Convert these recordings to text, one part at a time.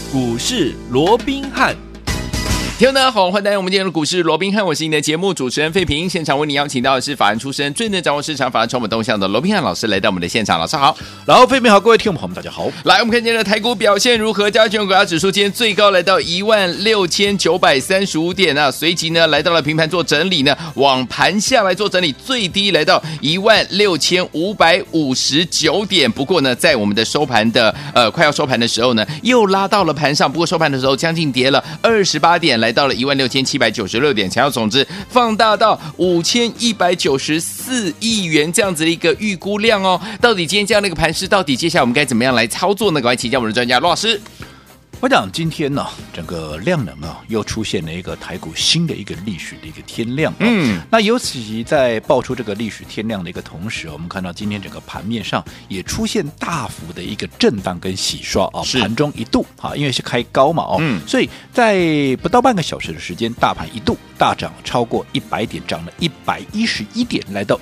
股市罗宾汉。 听众大家好，欢迎来到我们今天的股市罗宾汉，我是你的节目主持人费平。现场为你邀请到的是法人出身、最能掌握市场法人筹码动向的罗宾汉老师来到我们的现场。老师好。 然后费平好，各位听众朋友们大家好。 来，我们看今天的台股表现如何？加权股价指数今天最高来到16935点啊，随即呢来到了平盘做整理呢，往盘下来做整理，最低来到16559点。不过呢，在我们的收盘的快要收盘的时候呢，又拉到了盘上，不过收盘的时候将近跌了28点，来到了16796点，成交总值放大到5194亿元这样子的一个预估量哦。到底今天这样的一个盘势，到底接下来我们该怎么样来操作呢？赶快请教我们的专家罗老师。 我讲今天呢，整个量能啊，又出现了一个台股新的一个历史的一个天量。那尤其在爆出这个历史天量的一个同时，我们看到今天整个盘面上也出现大幅的一个震荡跟洗刷啊，盘中一度啊，因为是开高嘛所以在不到半个小时的时间，大盘一度大涨超过100点，涨了111点，来到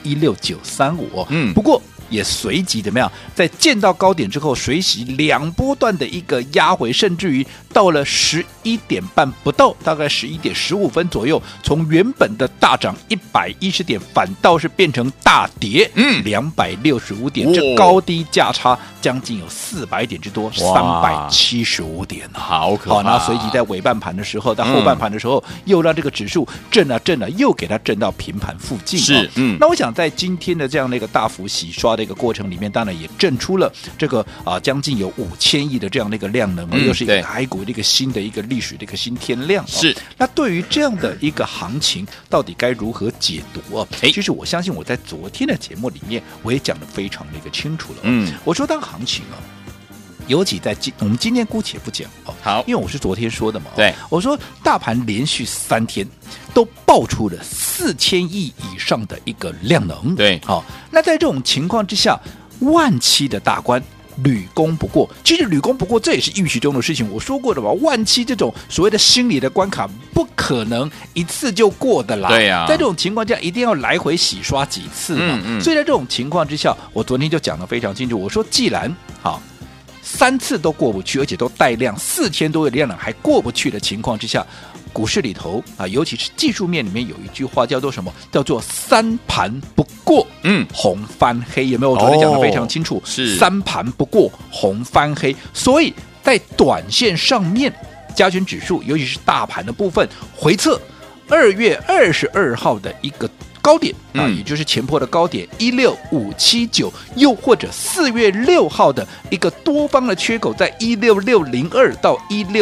16935。不过也随即怎么样，在见到高点之后，随即两波段的一个压回，甚至于到了11点半不到，大概11点15分左右，从原本的大涨110点，反倒是变成大跌265点，这高低价差将近有400点之多，375点啊， 好可怕！ 好，那随即在尾半盘的时候，到后半盘的时候，又让这个指数震啊震啊，又给它震到平盘附近。 是， 那我想在今天的这样的一个大幅洗刷的一个过程里面，当然也震出了这个将近有5000亿的这样的一个量能，又是一个台股的一个新的一个历史的一个新天量。 是， 那对于这样的一个行情，到底该如何解读啊？其实我相信我在昨天的节目里面，我也讲得非常的一个清楚了。我说当行情啊，尤其在我们今天姑且不讲好， 因为我是昨天说的嘛。 对， 我说大盘连续3天都爆出了4000亿以上的一个量能。 对， 好，那在这种情况之下，万七的大关屡攻不过，其实屡攻不过这也是预期中的事情。我说过的吧，万七这种所谓的心理的关卡，不可能一次就过的啦。 对呀， 在这种情况下，一定要来回洗刷几次嘛。所以在这种情况之下，我昨天就讲得非常清楚。我说，既然好3次都过不去，而且都带量4000多的量能还过不去的情况之下，股市里头啊，尤其是技术面里面有一句话叫做什么？叫做3盘不过，红翻黑，有没有？我昨天讲得非常清楚， 是 3盘不过红翻黑。所以在短线上面，加权指数尤其是大盘的部分回测2月22号的一个高点也就是前波的高点16579，又或者4月6号的一个多方的缺口在16602到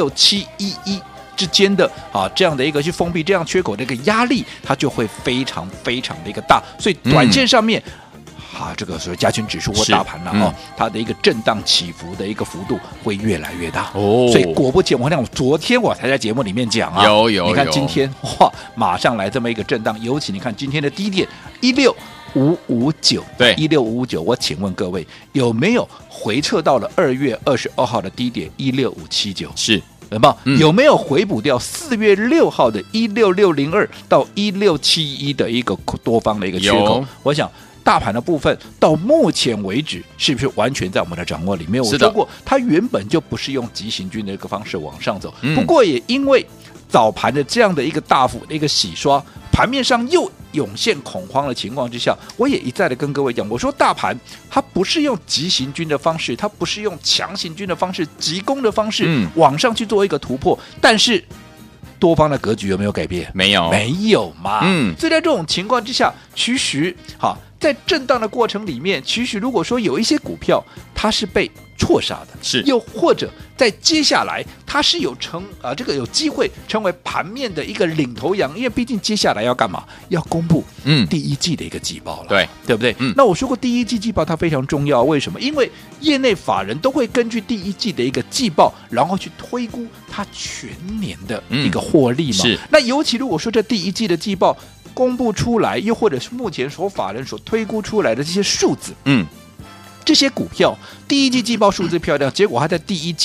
16711之间的这样的一个去封闭这样缺口的一个压力，它就会非常非常的一个大，所以短线上面这个所谓加权指数或大盘它的一个震荡起伏的一个幅度会越来越大所以果不其然，昨天我才在节目里面讲有你看今天马上来这么一个震荡，尤其你看今天的低点16559， 对 16559，我请问各位有没有回撤到了2月22号的低点16579？ 是。 有没有回补掉4月6号的16602到16711的一个多方的一个缺口？我想大盘的部分到目前为止是不是完全在我们的掌握里面？我说过，它原本就不是用急行军的一个方式往上走，不过也因为早盘的这样的一个大幅的一个洗刷，盘面上又涌现恐慌的情况之下，我也一再的跟各位讲，我说大盘它不是用急行军的方式，它不是用强行军的方式、急攻的方式往上去做一个突破，但是多方的格局有没有改变？ 没有嘛。所以在这种情况之下，其实在震荡的过程里面，其实如果说有一些股票它是被错杀的， 是又或者在接下来它是有这个有机会成为盘面的一个领头羊，因为毕竟接下来要干嘛？要公布第一季的一个季报了，对不对？那我说过第一季季报它非常重要，为什么？因为业内法人都会根据第一季的一个季报，然后去推估它全年的一个获利嘛。 是。 那尤其如果说这第一季的季报公布出来，又或者是目前法人所推估出来的这些数字，这些股票第一季季报数字漂亮，结果它在第一季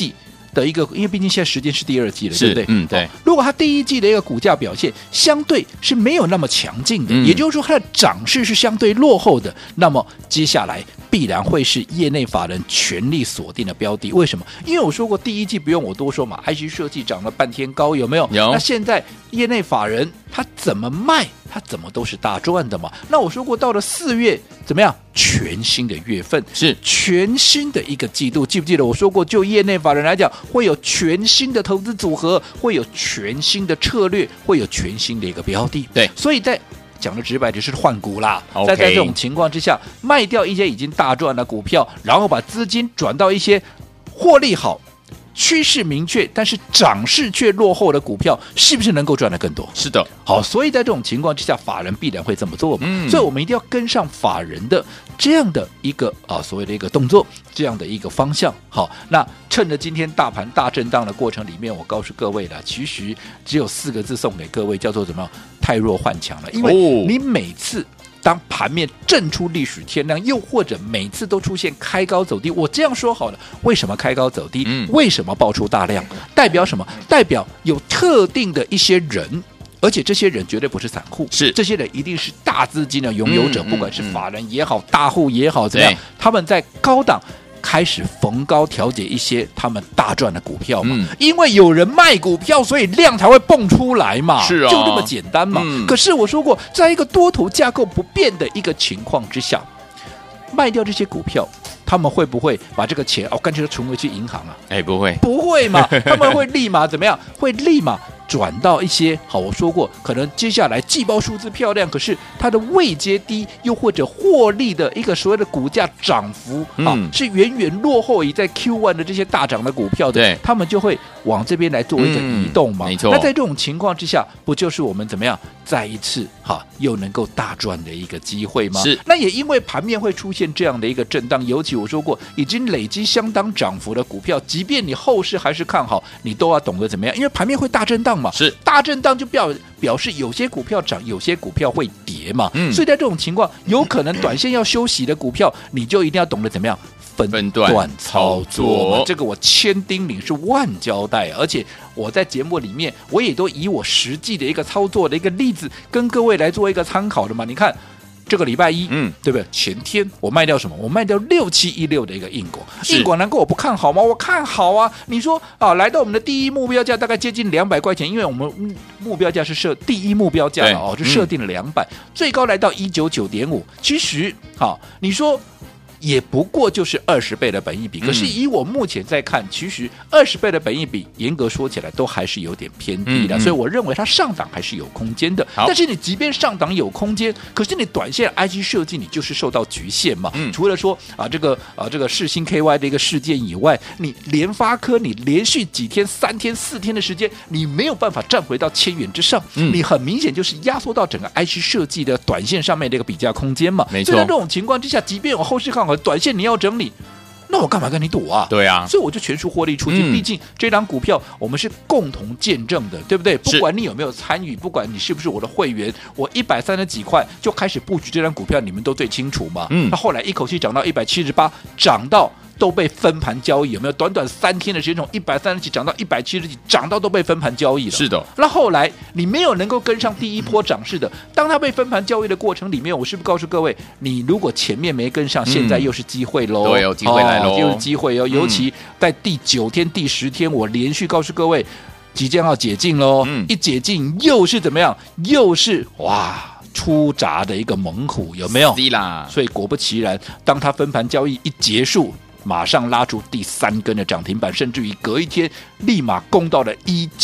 的一个，因为毕竟现在时间是第二季了，对不对？ 对。 如果它第一季的一个股价表现相对是没有那么强劲的，也就是说它的涨势是相对落后的，那么接下来必然会是业内法人全力锁定的标的。为什么？因为我说过第一季不用我多说嘛 ，IC 设计涨了半天高，有没有？ 有。 那现在业内法人他怎么卖，他怎么都是大赚的嘛。那我说过到了4月怎么样？全新的月份是全新的一个季度，记不记得我说过，就业内法人来讲，会有全新的投资组合，会有全新的策略，会有全新的一个标的。 对， 所以在讲的直白就是换股啦。 Okay 在这种情况之下，卖掉一些已经大赚的股票，然后把资金转到一些获利好、趋势明确但是涨势却落后的股票，是不是能够赚得更多？ 是的。 好，所以在这种情况之下，法人必然会这么做嘛。所以我们一定要跟上法人的这样的一个所谓的一个动作，这样的一个方向。好，那趁着今天大盘大震荡的过程里面，我告诉各位了，其实只有4个字送给各位，叫做什么？太弱换强了。因为你每次当盘面震出历史天量，又或者每次都出现开高走低，我这样说好了，为什么开高走低？为什么爆出大量？代表什么？代表有特定的一些人，而且这些人绝对不是散户， 是这些人一定是大资金的拥有者，不管是法人也好，大户也好，怎么样？他们在高档开始逢高调节一些他们大赚的股票嘛，因为有人卖股票，所以量才会蹦出来嘛， 是啊， 就这么简单嘛。可是我说过，在一个多头架构不变的一个情况之下，卖掉这些股票，他们会不会把这个钱干脆存回去银行啊？ 不会， 不会嘛，他们会立马怎么样？会立马转到一些我说过，可能接下来季报数字漂亮，可是它的位阶低，又或者获利的一个所谓的股价涨幅是远远落后于在 Q1 的这些大涨的股票的，他们就会往这边来做一个移动嘛。 没错。 那在这种情况之下，不就是我们怎么样再一次又能够大赚的一个机会吗？ 是。 那也因为盘面会出现这样的一个震荡，尤其我说过，已经累积相当涨幅的股票，即便你后市还是看好，你都要懂得怎么样，因为盘面会大震荡嘛， 是大震荡就表示有些股票涨，有些股票会跌嘛，所以在这种情况，有可能短线要休息的股票，你就一定要懂得怎么样分段操作嘛。这个我千叮咛是万交代，而且我在节目里面我也都以我实际的一个操作的一个例子跟各位来做一个参考的嘛。你看这个礼拜一，对不对？前天我卖掉什么？我卖掉6716的一个硬广，硬广难怪我不看好吗？我看好啊！你说来到我们的第一目标价大概接近200块钱，因为我们目标价是设第一目标价了就设定了200，最高来到199.5。其实你说也不过就是20倍的本益比，可是以我目前在看，其实20倍的本益比严格说起来都还是有点偏低的，所以我认为它上档还是有空间的。但是你即便上档有空间，可是你短线 IC 设计你就是受到局限嘛。除了说这个世芯 KY 的一个事件以外，你联发科你连续几天3天4天的时间，你没有办法站回到1000元之上，你很明显就是压缩到整个 IC 设计的短线上面的一个比价空间嘛。 没错。 所以在这种情况之下，即便我后市看好短线你要整理，那我干嘛跟你赌啊？ 对啊， 所以我就全数获利出金。毕竟这档股票我们是共同见证的，对不对？不管你有没有参与，不管你是不是我的会员，我130几块就开始布局这档股票，你们都最清楚嘛。那后来一口气涨到178，涨到都被分盘交易，有没有？短短3天的时间，从130几涨到170几，涨到都被分盘交易了。 是的。 那后来你没有能够跟上第一波涨势的，当它被分盘交易的过程里面，我是不是告诉各位，你如果前面没跟上，现在又是机会喽？ 对，有机会来喽， 又是机会哦。尤其在第9天、第10天，我连续告诉各位，即将要解禁喽。一解禁又是怎么样？又是出闸的一个猛虎，有没有？ 是啦。 所以果不其然，当它分盘交易一结束，马上拉出第3根的涨停板，甚至于隔一天立马攻到了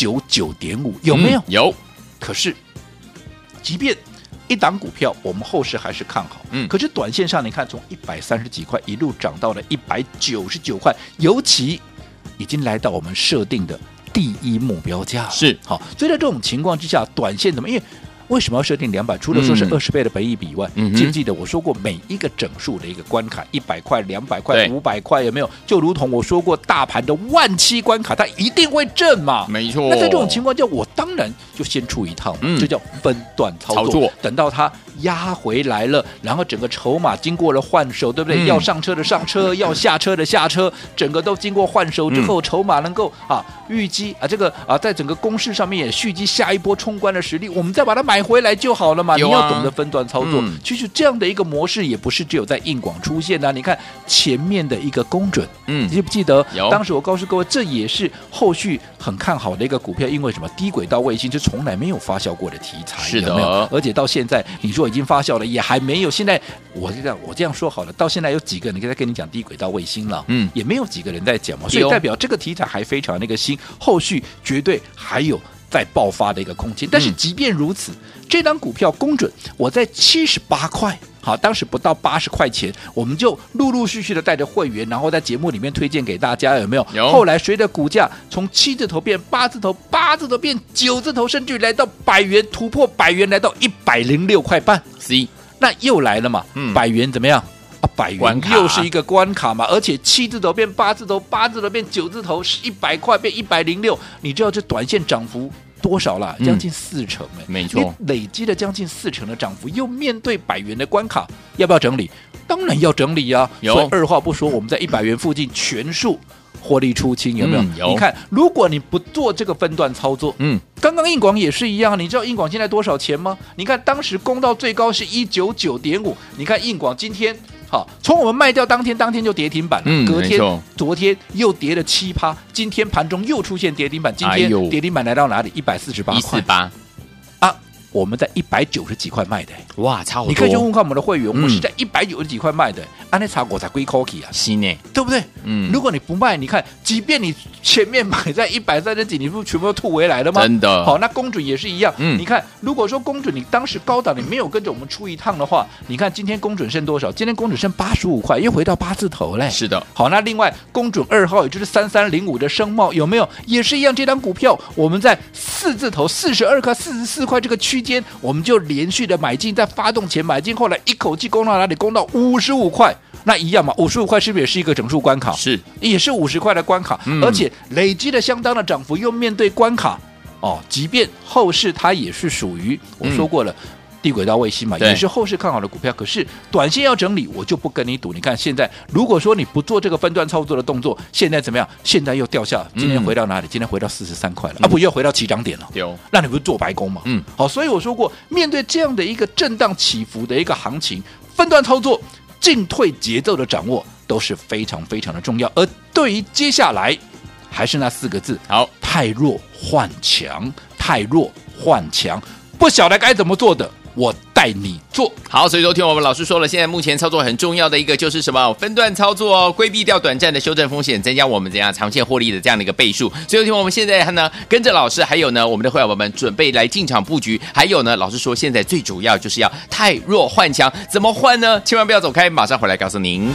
199.5，有没有？ 有。 可是即便一档股票我们后市还是看好，可是短线上你看从130几块一路涨到了199块，尤其已经来到我们设定的第一目标价了。 是。 好，所以在这种情况之下，短线怎么？因为为什么要设定200？除了说是20倍的本益比以外，记不记得我说过每一个整数的一个关卡，100块、200块、500块，有没有？就如同我说过，大盘的17000关卡，它一定会震嘛。 没错。 那在这种情况下，我当然就先出一套，这叫分段操作。等到它压回来了，然后整个筹码经过了换手，对不对？要上车的上车，要下车的下车，整个都经过换手之后，筹码能够预计这个在整个公式上面也蓄积下一波冲关的实力，我们再把它买回来就好了嘛。你要懂得分段操作，其实这样的一个模式也不是只有在硬广出现的。你看前面的一个公准，你记不记得？当时我告诉各位，这也是后续很看好的一个股票，因为什么？低轨道卫星是从来没有发酵过的题材， 是的， 有没有？而且到现在你说已经发酵了，也还没有。现在我这样说好了，到现在有几个人在跟你讲低轨道卫星了？也没有几个人在讲嘛，所以代表这个题材还非常那个新，后续绝对还有再爆发的一个空间。但是即便如此，这档股票公准，我在78块。好，当时不到80块钱，我们就陆陆续续的带着会员，然后在节目里面推荐给大家，有没有？ 有。 后来随着股价从7字头变8字头，8字头变9字头，甚至来到100元，突破100元，来到106块半。 C， 那又来了嘛？100元怎么样？100元又是一个关卡嘛，而且7字头变8字头，8字头变9字头，100块变106，你知道这短线涨幅多少了？将近40% 没错， 你累积了将近40%的涨幅，又面对100元的关卡，要不要整理？当然要整理啊！所以二话不说，我们在100元附近全数获利出清，有没有？ 有。 你看，如果你不做这个分段操作，刚刚硬广也是一样，你知道硬广现在多少钱吗？你看当时攻到最高是199.5，你看硬广今天。好，从我们卖掉当天就跌停板了，隔天昨天又跌了7%，今天盘中又出现跌停板，今天跌停板来到哪里？148块 148 啊！我们在190几块卖的， 哇，差好多！ 你可以去问看我们的会员，我们是在190几块卖的，按那差我才归 Cocky 啊， 是呢， 对不对？如果你不卖，你看，即便你前面买在130几，你不全部都吐回来了吗？ 真的。 好，那公准也是一样。你看，如果说公准你当时高档你没有跟着我们出一趟的话，你看今天公准剩多少？今天公准剩85块，又回到8字头嘞。 是的。 好，那另外公准2号，也就是3305的声茂有没有？也是一样，这张股票我们在4字头42块、44块这个区间，我们就连续的买进，在发动前买进，后来一口气攻到哪里？攻到55块。那一样嘛，55块是不是也是一个整数关卡？ 是， 也是50块的关卡，而且累积了相当的涨幅，又面对关卡即便后市它也是属于我说过了。低轨道卫星嘛，也是后市看好的股票，可是短线要整理，我就不跟你赌。你看现在，如果说你不做这个分段操作的动作，现在怎么样？现在又掉下，今天回到哪里？今天回到43块了，不又回到起涨点了？那你不是做白工吗？好，所以我说过，面对这样的一个震荡起伏的一个行情，分段操作、进退节奏的掌握都是非常非常的重要。而对于接下来，还是那4个字，好，太弱换强，太弱换强，不晓得该怎么做的。我带你做好，所以昨天我们老师说了，现在目前操作很重要的一个就是什么？分段操作哦，规避掉短暂的修正风险，增加我们怎样长线获利的这样的一个倍数。所以昨天我们现在呢，跟着老师，还有呢我们的会员们准备来进场布局，还有呢，老师说现在最主要就是要太弱换强，怎么换呢？千万不要走开，马上回来告诉您。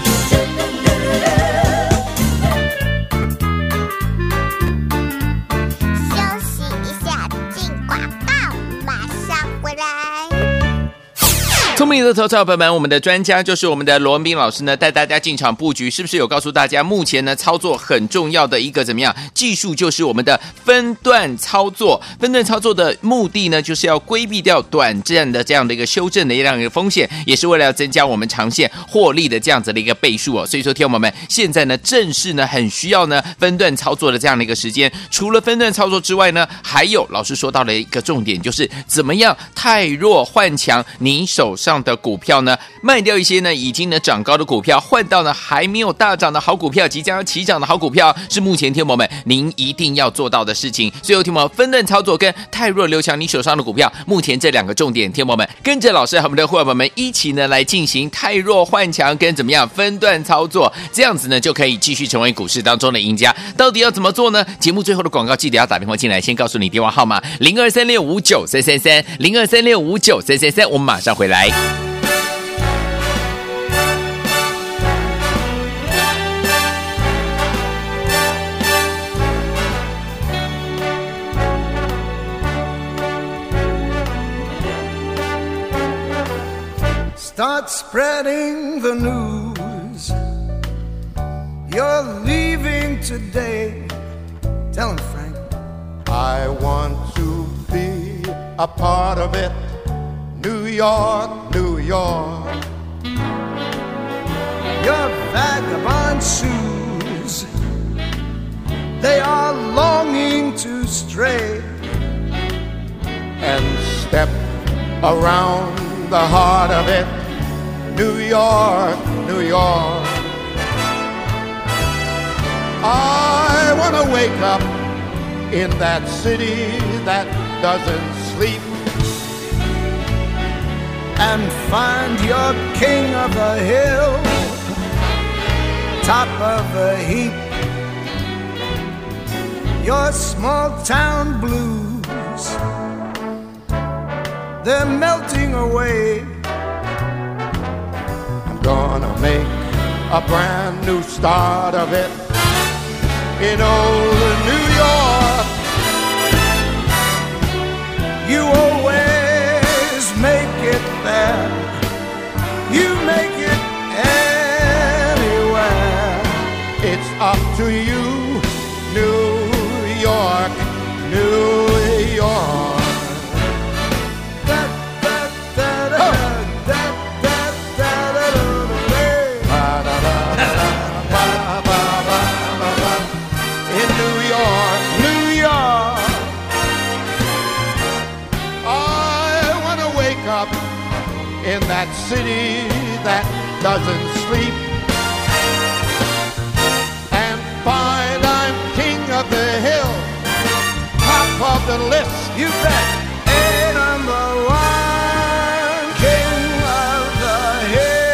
聪明的投资者朋友们，我们的专家就是我们的罗文彬老师呢，带大家进场布局，是不是有告诉大家，目前呢操作很重要的一个怎么样技术，就是我们的分段操作。分段操作的目的呢，就是要规避掉短暂的这样的一个修正的这样一个风险，也是为了要增加我们长线获利的这样子的一个倍数哦。所以说，听我们现在呢，正是呢很需要呢分段操作的这样的一个时间。除了分段操作之外呢，还有老师说到了一个重点，就是怎么样太弱换强，你手上的股票呢，卖掉一些呢已经呢涨高的股票，换到呢还没有大涨的好股票，即将要起涨的好股票，是目前听友们您一定要做到的事情。所以听友们，分段操作跟太弱留强你手上的股票，目前这2个重点，听友们跟着老师和我们的伙伴们一起呢来进行太弱换强跟怎么样分段操作，这样子呢就可以继续成为股市当中的赢家。到底要怎么做呢？节目最后的广告记得要打电话进来，先告诉你电话号码0236593333 0236593333，我们马上回来。 Start spreading the news. You're leaving today. Tell him, Frank. I want to be a part of it. New York, New York. Your vagabond shoes, they are longing to stray and step around the heart of it. New York, New York. I want to wake up in that city that doesn't sleep and find your king of the hill, top of the heap. Your small town blues, they're melting away. I'm gonna make a brand new start of it in old New York. You always make it there. You make it anywhere. It's up to you, New York, New York. In that city that doesn't sleep and find I'm king of the hill, top of the list, you bet. A number one, king of the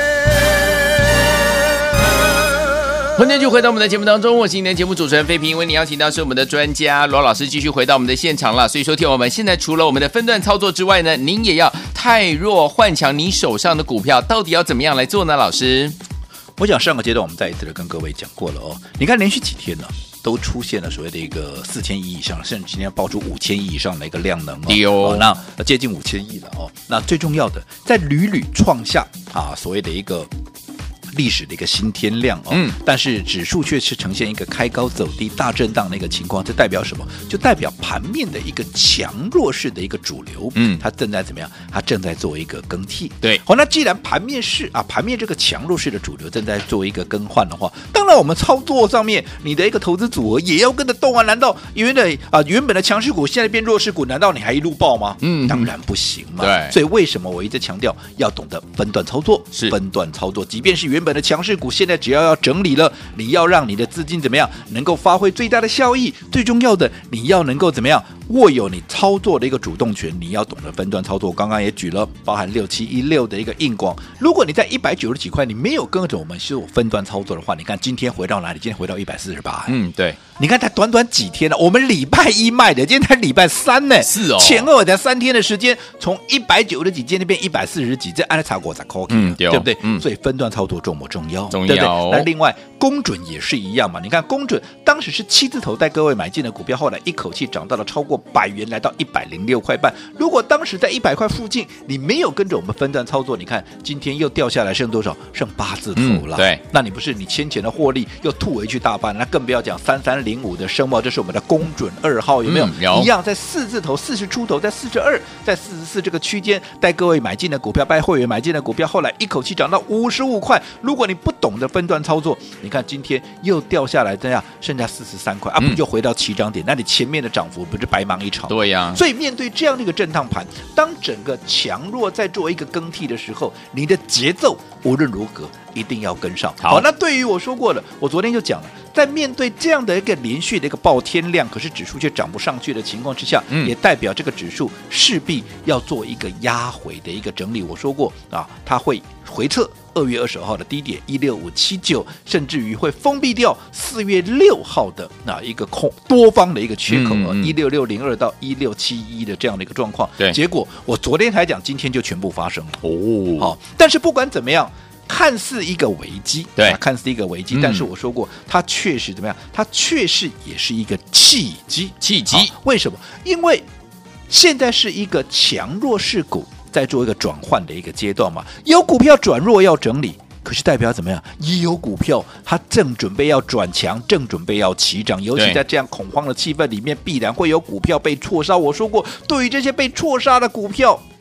hill. 欢迎继续回到我们的节目当中，我是今天的节目主持人费平，为您邀请到是我们的专家罗老师，继续回到我们的现场了。所以说，听我们现在除了我们的分段操作之外呢，您也要汰弱换强，你手上的股票到底要怎么样来做呢？老师， 我想上个阶段我们再一次的跟各位讲过了哦。你看连续几天呢，都出现了所谓的一个4000亿以上，甚至今天爆出5000亿以上的一个量能哦，那接近5000亿了哦。那最重要的，在屡屡创下所谓的一个历史的一个新天量哦，但是指数却是呈现一个开高走低、大震荡的一个情况，这代表什么？就代表盘面的一个强弱势的一个主流，它正在怎么样？它正在做一个更替。 对， 好，那既然盘面这个强弱势的主流正在做一个更换的话，当然我们操作上面你的一个投资组合也要跟着动啊！难道原本的强势股现在变弱势股，难道你还一路爆吗？当然不行嘛。 对， 所以为什么我一直强调要懂得分段操作？ 是分段操作，即便是原本的强势股，现在只要整理了，你要让你的资金怎么样能够发挥最大的效益？最重要的，你要能够怎么样握有你操作的一个主动权？你要懂得分段操作。刚刚也举了，包含6716的一个硬广，如果你在190几块，你没有跟着我们是分段操作的话，你看今天回到哪里？今天回到148。 对， 你看它短短几天了，我们礼拜一卖的，今天才礼拜三呢， 是哦， 前后才3天的时间，从190几今天变140几，这按查过才可以，对不对？所以分段操作重不重要？ 重要，对不对？ 那另外公准也是一样嘛，你看公准当时是7字头带各位买进的股票，后来一口气涨到了超过100元，来到106块半。如果当时在100块附近，你没有跟着我们分段操作，你看今天又掉下来，剩多少？剩8字头了。 对， 那你不是你先前的获利又吐回去大半？那更不要讲3305的申茂，这是我们的公准2号，有没有？ 有， 一样在4字头，40出头，在42，在44这个区间带各位买进的股票，带会员买进的股票，后来一口气涨到55块。如果你不懂得分段操作，你看今天又掉下来，这样剩下43块不就回到起涨点？那你前面的涨幅不是白忙一场？ 对呀。 所以面对这样的一个震荡盘，当整个强弱在做一个更替的时候，你的节奏无论如何一定要跟上。好，那对于我说过了，我昨天就讲了，在面对这样的一个连续的一个爆天量，可是指数却涨不上去的情况之下，也代表这个指数势必要做一个压回的一个整理。我说过它会回撤2月20号的低点16579，甚至于会封闭掉4月6号的一个多方的一个缺口16602到16711的这样的一个状况。 对， 结果我昨天才讲，今天就全部发生了。 好， 但是不管怎么样，看似一个危机， 对， 看似一个危机，但是我说过，它确实怎么样？它确实也是一个契机。为什么？因为现在是一个强弱势股在做一个转换的一个阶段嘛，有股票转弱要整理，可是代表怎么样？也有股票它正准备要转强，正准备要起涨，尤其在这样恐慌的气氛里面，必然会有股票被错杀。我说过，对于这些被错杀的股票，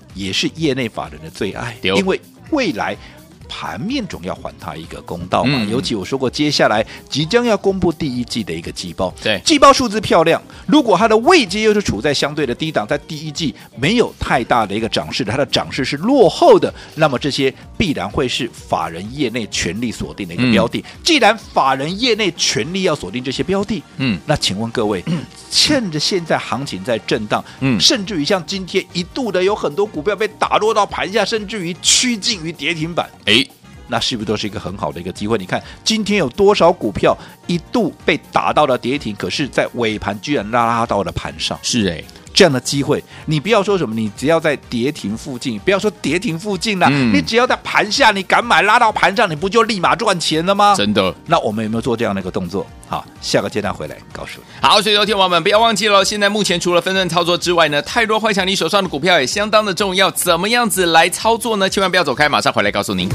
也是业内法人的最爱，因为未来盘面总要还他一个公道嘛，尤其我说过，接下来即将要公布第一季的一个季报， 对， 季报数字漂亮，如果它的位阶又是处在相对的低档，在第一季没有太大的一个涨势的，它的涨势是落后的，那么这些必然会是法人业内全力锁定的一个标的。既然法人业内全力要锁定这些标的，那请问各位，趁着现在行情在震荡，甚至于像今天一度的有很多股票被打落到盘下，甚至于趋近于跌停板，那是不是都是一个很好的一个机会？你看今天有多少股票一度被打到了跌停，可是在尾盘居然拉到了盘上， 是这样的机会，你不要说什么，你只要在跌停附近，不要说跌停附近啦，你只要在盘下，你敢买拉到盘上，你不就立马赚钱了吗？ 真的。 那我们有没有做这样的一个动作？好，下个阶段回来告诉你。 好，所以昨天我们不要忘记了，现在目前除了分段操作之外呢，太弱幻想你手上的股票也相当的重要，怎么样子来操作呢？千万不要走开，马上回来告诉您。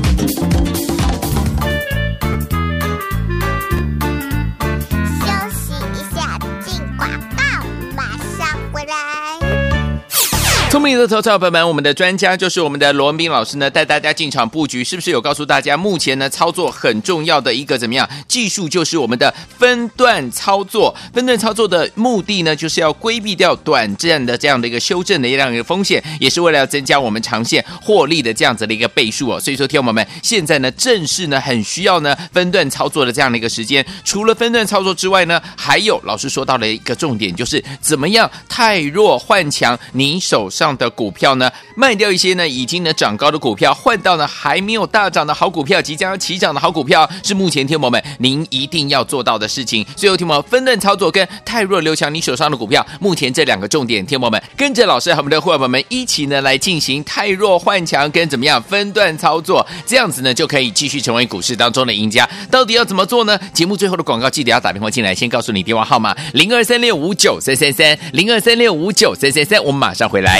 聪明的投资者朋友们，我们的专家就是我们的罗文彬老师呢，带大家进场布局，是不是有告诉大家，目前呢操作很重要的一个怎么样技术，就是我们的分段操作。分段操作的目的呢，就是要规避掉短暂的这样的一个修正的这样一个风险，也是为了要增加我们长线获利的这样子的一个倍数哦。所以说，听我们现在呢，正是呢很需要呢分段操作的这样的一个时间。除了分段操作之外呢，还有老师说到了一个重点，就是怎么样太弱换强你手上的股票呢，卖掉一些呢已经呢涨高的股票，换到呢还没有大涨的好股票，即将要起涨的好股票，是目前听友们您一定要做到的事情。所以听友们，分段操作跟太弱留强你手上的股票，目前这两个重点，听友们跟着老师和我们的伙伴们一起呢来进行太弱换强跟怎么样分段操作，这样子呢就可以继续成为股市当中的赢家。到底要怎么做呢？节目最后的广告记得要打电话进来，先告诉你电话号码0236593333 0236593333，我们马上回来。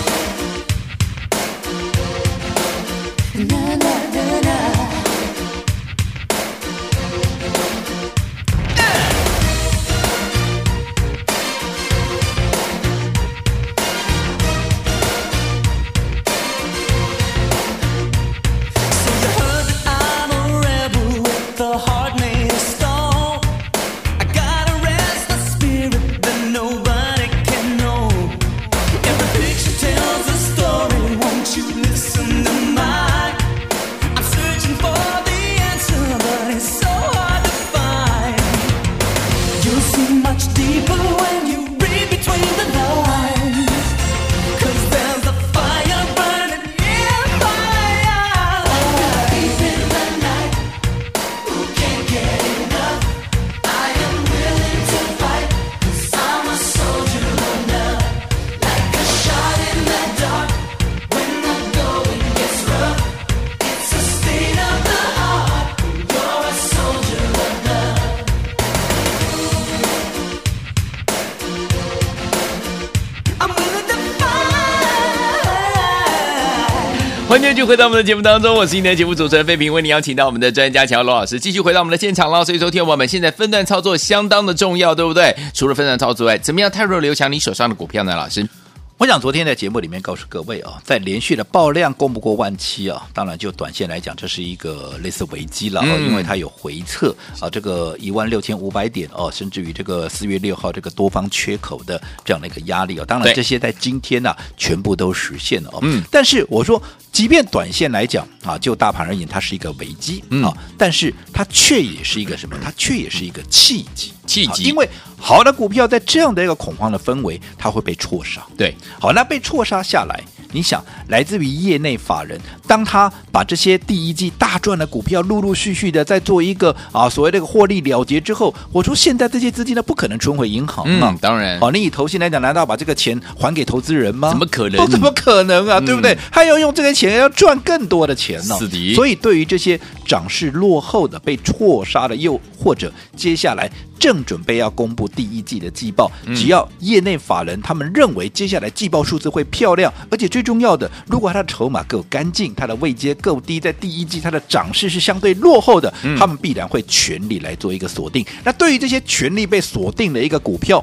欢迎继续回到我们的节目当中，我是今天的节目主持人费平，为你邀请到我们的专家乔罗老师继续回到我们的现场了。所以说，听我们现在分段操作相当的重要，对不对？除了分段操作外，怎么样太弱留强你手上的股票呢？老师， 我想昨天在节目里面告诉各位啊，在连续的爆量攻不过17000啊，当然就短线来讲，这是一个类似危机了，因为它有回测啊，这个16500点哦，甚至于这个4月6号这个多方缺口的这样的一个压力啊，当然这些在今天啊全部都实现了哦。但是我说，即便短线来讲啊，就大盘而言，它是一个危机啊，但是它却也是一个什么？它却也是一个契机。因为好的股票在这样的一个恐慌的氛围，它会被错杀。 对， 好，那被错杀下来，你想，来自于业内法人，当他把这些第一季大赚的股票陆陆续续的在做一个所谓的获利了结之后，我说现在这些资金呢不可能存回银行嘛， 当然， 好，你以投信来讲，难道把这个钱还给投资人吗？ 怎么可能？ 怎么可能啊？对不对？还要用这个钱要赚更多的钱呢？ 是的。 所以对于这些涨势落后的、被错杀的，又或者接下来正准备要公布第一季的季报，只要业内法人他们认为接下来季报数字会漂亮，而且最重要的，如果它的筹码够干净，它的位阶够低，在第一季它的涨势是相对落后的，他们必然会全力来做一个锁定。那对于这些全力被锁定的一个股票，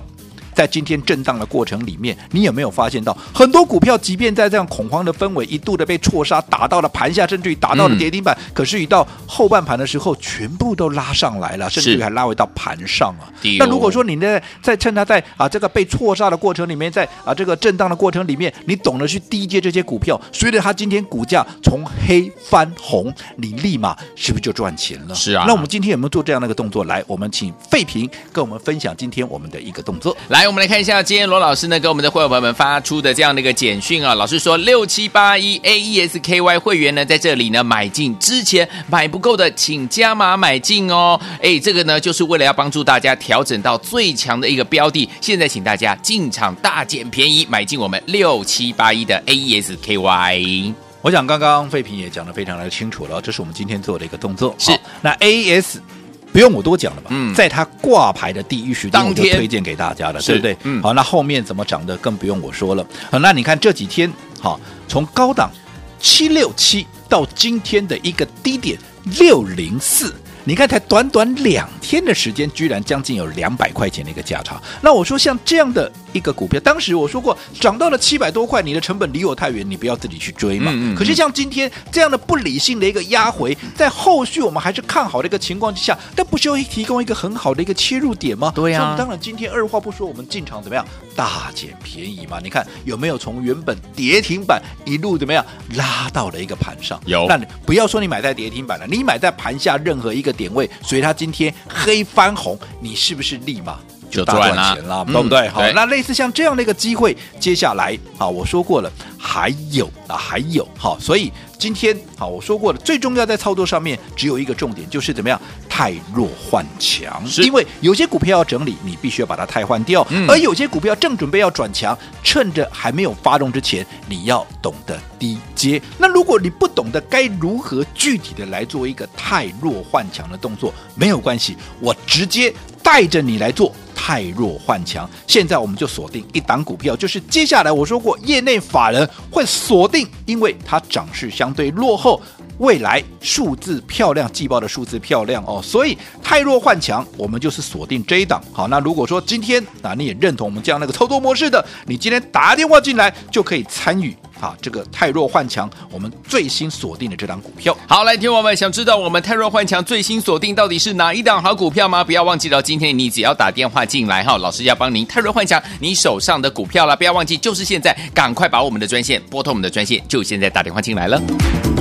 在今天震荡的过程里面，你有没有发现到很多股票，即便在这样恐慌的氛围一度的被错杀，打到了盘下，甚至于打到了跌停板，可是一到后半盘的时候，全部都拉上来了，甚至于还拉回到盘上啊。那如果说你在趁它在这个被错杀的过程里面，在这个震荡的过程里面，你懂得去低接这些股票，随着它今天股价从黑翻红，你立马是不是就赚钱了？ 是啊。 那我们今天有没有做这样的一个动作？来，我们请废平跟我们分享今天我们的一个动作。 来，我们来看一下今天罗老师呢给我们的会员朋友们发出的这样的一个简讯啊。老师说6781 AESKY 会员呢在这里呢买进之前买不够的，请加码买进哦。这个呢就是为了要帮助大家调整到最强的一个标的。现在请大家进场大捡便宜，买进我们6781的 AESKY。 我想刚刚废平也讲得非常的清楚了，这是我们今天做的一个动作。 是， 那 AES 不用我多讲了吧？在它挂牌的第一时间我就推荐给大家了，对不对？好，那后面怎么涨的更不用我说了。好，那你看这几天，好，从高档767到今天的一个低点604。你看，才短短2天的时间，居然将近有200块钱的一个价差。那我说，像这样的一个股票，当时我说过，涨到了700多块，你的成本离我太远，你不要自己去追嘛。可是像今天这样的不理性的一个压回，在后续我们还是看好的一个情况之下，但不就提供一个很好的一个切入点吗？ 对呀。 所以我们当然今天二话不说，我们进场怎么样？大捡便宜嘛。你看有没有从原本跌停板一路怎么样拉到了一个盘上？ 有。 那你不要说你买在跌停板了，你买在盘下任何一个点位，随它今天黑翻红，你是不是立马就大赚钱了，对不对？好，那类似像这样的一个机会，接下来我说过了，还有好，所以今天我说过了，最重要在操作上面只有一个重点，就是怎么样汰弱换强。因为有些股票要整理，你必须要把它汰换掉，而有些股票正准备要转强，趁着还没有发动之前，你要懂得低接。那如果你不懂得该如何具体的来做一个汰弱换强的动作，没有关系，我直接带着你来做汰弱换强。现在我们就锁定一档股票，就是接下来我说过，业内法人会锁定，因为它涨势相对落后，未来数字漂亮，季报的数字漂亮所以汰弱换强，我们就是锁定这一档。好，那如果说今天你也认同我们这样的一个操作模式的，你今天打电话进来就可以参与这个汰弱换强我们最新锁定的这档股票。 好，来听我们想知道我们汰弱换强最新锁定到底是哪一档好股票吗？不要忘记了，今天你只要打电话进来老师要帮您汰弱换强你手上的股票了，不要忘记，就是现在，赶快把我们的专线拨通，我们的专线就现在打电话进来了。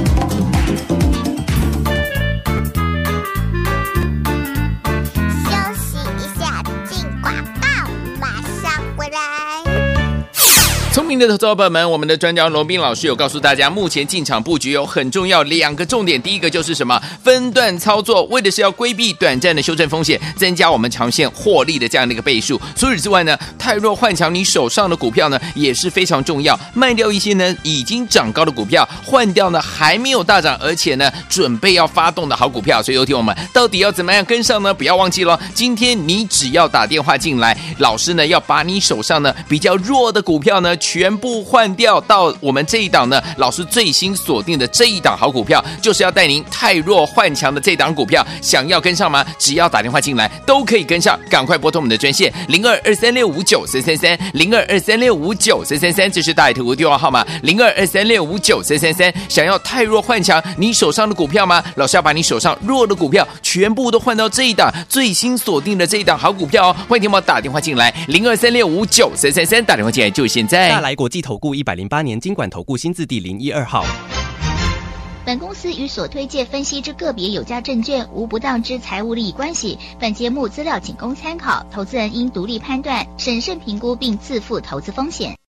聪明的投资者朋友们，我们的专家罗宾老师有告诉大家，目前进场布局有很重要2个重点。第一个就是什么？分段操作，为的是要规避短暂的修正风险，增加我们长线获利的这样的一个倍数。除此之外呢，汰弱换强你手上的股票呢也是非常重要，卖掉一些呢已经涨高的股票，换掉呢还没有大涨而且呢准备要发动的好股票。所以有听我们到底要怎么样跟上呢？不要忘记了，今天你只要打电话进来，老师呢要把你手上呢比较弱的股票呢全部换掉，到我们这一档呢老师最新锁定的这一档好股票，就是要带您汰弱换强的这档股票。想要跟上吗？只要打电话进来都可以跟上，赶快拨通我们的专线0223659333 0223659333，这是大爱投顾电话号码0223659333。想要汰弱换强你手上的股票吗？老师要把你手上弱的股票全部都换到这一档最新锁定的这一档好股票欢迎听我打电话进来0236593333，打电话进来就现在。 大来国际投顾108年金管投顾新字第012号。 本公司与所推介分析之个别有价证券无不当之财务利益关系。本节目资料仅供参考，投资人应独立判断、审慎评估并自负投资风险。